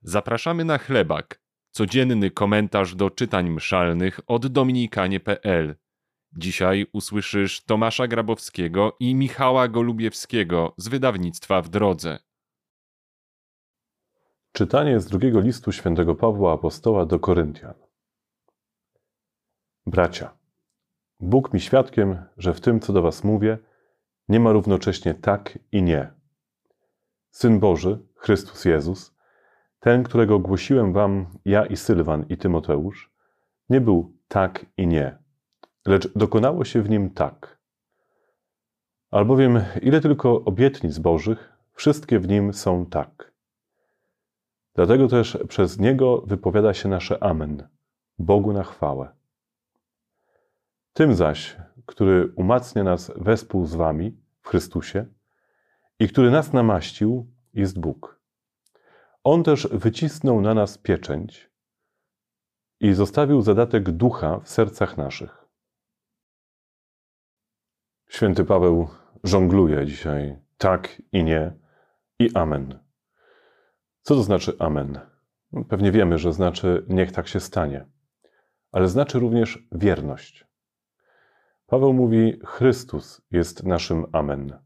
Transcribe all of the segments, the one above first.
Zapraszamy na chlebak, codzienny komentarz do czytań mszalnych od dominikanie.pl. Dzisiaj usłyszysz Tomasza Grabowskiego i Michała Golubiewskiego z wydawnictwa W Drodze. Czytanie z drugiego listu świętego Pawła Apostoła do Koryntian. Bracia, Bóg mi świadkiem, że w tym, co do was mówię, nie ma równocześnie tak i nie. Syn Boży, Chrystus Jezus, ten, którego głosiłem wam ja i Sylwan i Tymoteusz, nie był tak i nie, lecz dokonało się w nim tak. Albowiem ile tylko obietnic Bożych, wszystkie w nim są tak. Dlatego też przez niego wypowiada się nasze Amen, Bogu na chwałę. Tym zaś, który umacnia nas wespół z wami w Chrystusie i który nas namaścił, jest Bóg. On też wycisnął na nas pieczęć i zostawił zadatek ducha w sercach naszych. Święty Paweł żongluje dzisiaj tak i nie i amen. Co to znaczy amen? Pewnie wiemy, że znaczy niech tak się stanie, ale znaczy również wierność. Paweł mówi, Chrystus jest naszym amen.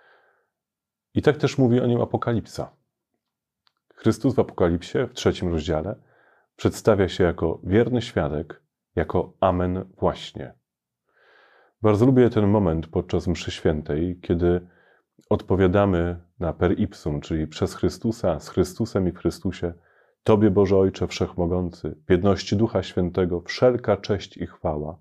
I tak też mówi o nim Apokalipsa. Chrystus w Apokalipsie, w 3 rozdziale, przedstawia się jako wierny świadek, jako amen właśnie. Bardzo lubię ten moment podczas mszy świętej, kiedy odpowiadamy na per ipsum, czyli przez Chrystusa, z Chrystusem i w Chrystusie, Tobie, Boże Ojcze Wszechmogący, w jedności Ducha Świętego, wszelka cześć i chwała,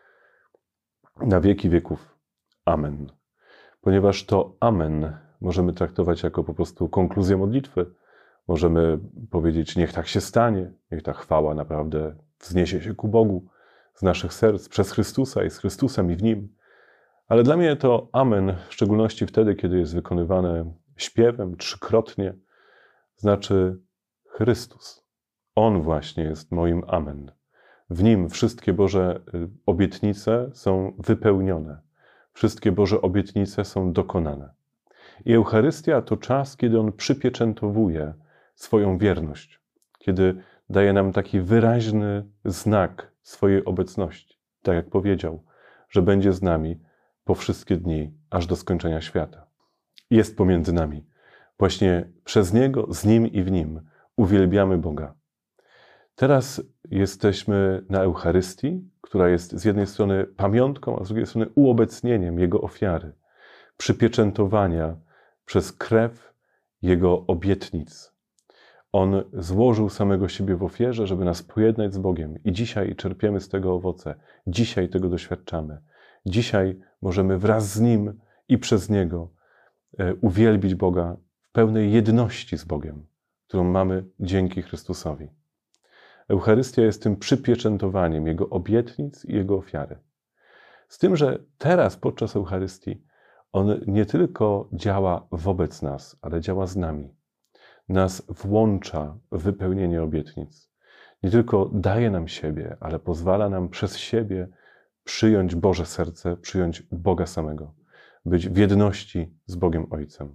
na wieki wieków. Amen. Ponieważ to amen możemy traktować jako po prostu konkluzję modlitwy. Możemy powiedzieć, niech tak się stanie, niech ta chwała naprawdę wzniesie się ku Bogu z naszych serc, przez Chrystusa i z Chrystusem i w Nim. Ale dla mnie to amen, w szczególności wtedy, kiedy jest wykonywane śpiewem, trzykrotnie, znaczy Chrystus. On właśnie jest moim amen. W Nim wszystkie Boże obietnice są wypełnione. Wszystkie Boże obietnice są dokonane. I Eucharystia to czas, kiedy On przypieczętowuje swoją wierność, kiedy daje nam taki wyraźny znak swojej obecności. Tak jak powiedział, że będzie z nami po wszystkie dni, aż do skończenia świata. Jest pomiędzy nami. Właśnie przez Niego, z Nim i w Nim uwielbiamy Boga. Teraz jesteśmy na Eucharystii, która jest z jednej strony pamiątką, a z drugiej strony uobecnieniem Jego ofiary, przypieczętowania przez krew Jego obietnic. On złożył samego siebie w ofierze, żeby nas pojednać z Bogiem i dzisiaj czerpiemy z tego owoce. Dzisiaj tego doświadczamy. Dzisiaj możemy wraz z Nim i przez Niego uwielbić Boga w pełnej jedności z Bogiem, którą mamy dzięki Chrystusowi. Eucharystia jest tym przypieczętowaniem Jego obietnic i Jego ofiary. Z tym, że teraz podczas Eucharystii On nie tylko działa wobec nas, ale działa z nami. Nas włącza w wypełnienie obietnic. Nie tylko daje nam siebie, ale pozwala nam przez siebie przyjąć Boże serce, przyjąć Boga samego, być w jedności z Bogiem Ojcem.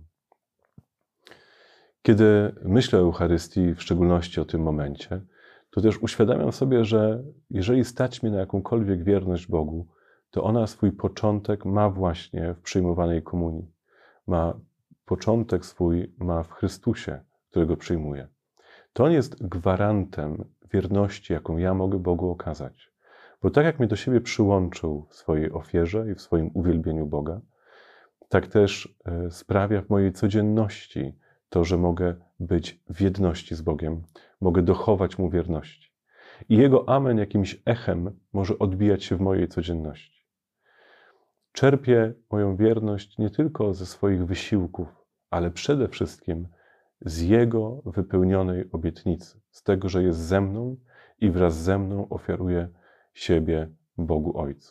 Kiedy myślę o Eucharystii, w szczególności o tym momencie, to też uświadamiam sobie, że jeżeli stać mnie na jakąkolwiek wierność Bogu, to ona swój początek ma właśnie w przyjmowanej komunii. Początek swój ma w Chrystusie, którego przyjmuję. To on jest gwarantem wierności, jaką ja mogę Bogu okazać. Bo tak jak mnie do siebie przyłączył w swojej ofierze i w swoim uwielbieniu Boga, tak też sprawia w mojej codzienności to, że mogę być w jedności z Bogiem, mogę dochować Mu wierności. I Jego amen jakimś echem może odbijać się w mojej codzienności. Czerpię moją wierność nie tylko ze swoich wysiłków, ale przede wszystkim z Jego wypełnionej obietnicy, z tego, że jest ze mną i wraz ze mną ofiaruje siebie Bogu Ojcu.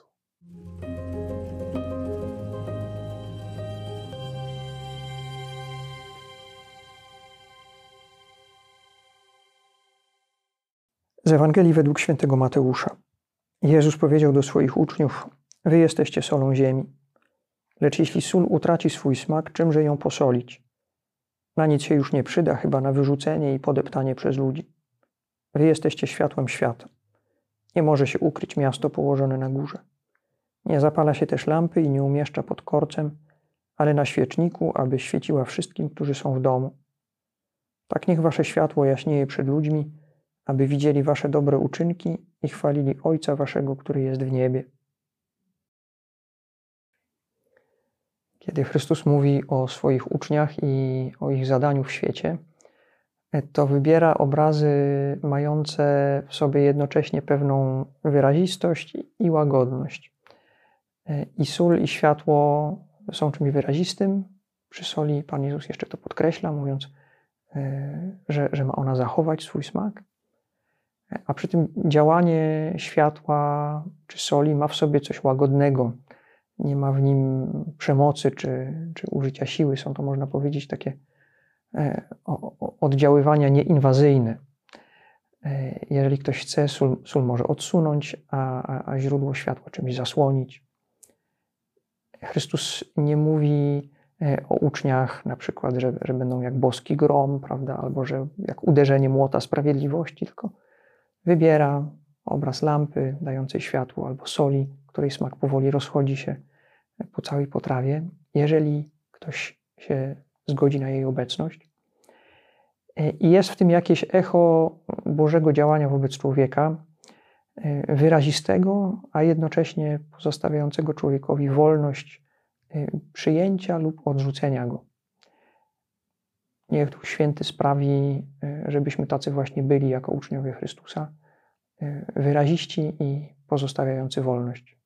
Z Ewangelii według świętego Mateusza. Jezus powiedział do swoich uczniów: Wy jesteście solą ziemi. Lecz jeśli sól utraci swój smak, czymże ją posolić? na nic się już nie przyda, chyba na wyrzucenie i podeptanie przez ludzi. Wy jesteście światłem świata. Nie może się ukryć miasto położone na górze. Nie zapala się też lampy i nie umieszcza pod korcem, ale na świeczniku, aby świeciła wszystkim, którzy są w domu. Tak niech wasze światło jaśnieje przed ludźmi, aby widzieli wasze dobre uczynki i chwalili Ojca waszego, który jest w niebie. Kiedy Chrystus mówi o swoich uczniach i o ich zadaniu w świecie, to wybiera obrazy mające w sobie jednocześnie pewną wyrazistość i łagodność. I sól i światło są czymś wyrazistym. Przy soli Pan Jezus jeszcze to podkreśla, mówiąc, że ma ona zachować swój smak. A przy tym działanie światła czy soli ma w sobie coś łagodnego. Nie ma w nim przemocy czy użycia siły. Są to, można powiedzieć, takie oddziaływania nieinwazyjne. Jeżeli ktoś chce, sól może odsunąć, a źródło światła czymś zasłonić. Chrystus nie mówi o uczniach na przykład, że będą jak boski grom, prawda, albo że jak uderzenie młota sprawiedliwości, tylko wybiera obraz lampy dającej światło albo soli, której smak powoli rozchodzi się po całej potrawie, jeżeli ktoś się zgodzi na jej obecność. I jest w tym jakieś echo Bożego działania wobec człowieka, wyrazistego, a jednocześnie pozostawiającego człowiekowi wolność przyjęcia lub odrzucenia go. Niech Duch Święty sprawi, żebyśmy tacy właśnie byli jako uczniowie Chrystusa, wyraziści i pozostawiający wolność.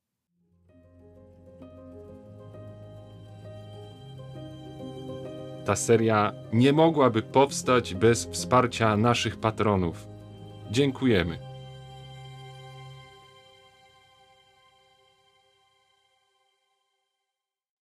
Ta seria nie mogłaby powstać bez wsparcia naszych patronów. Dziękujemy.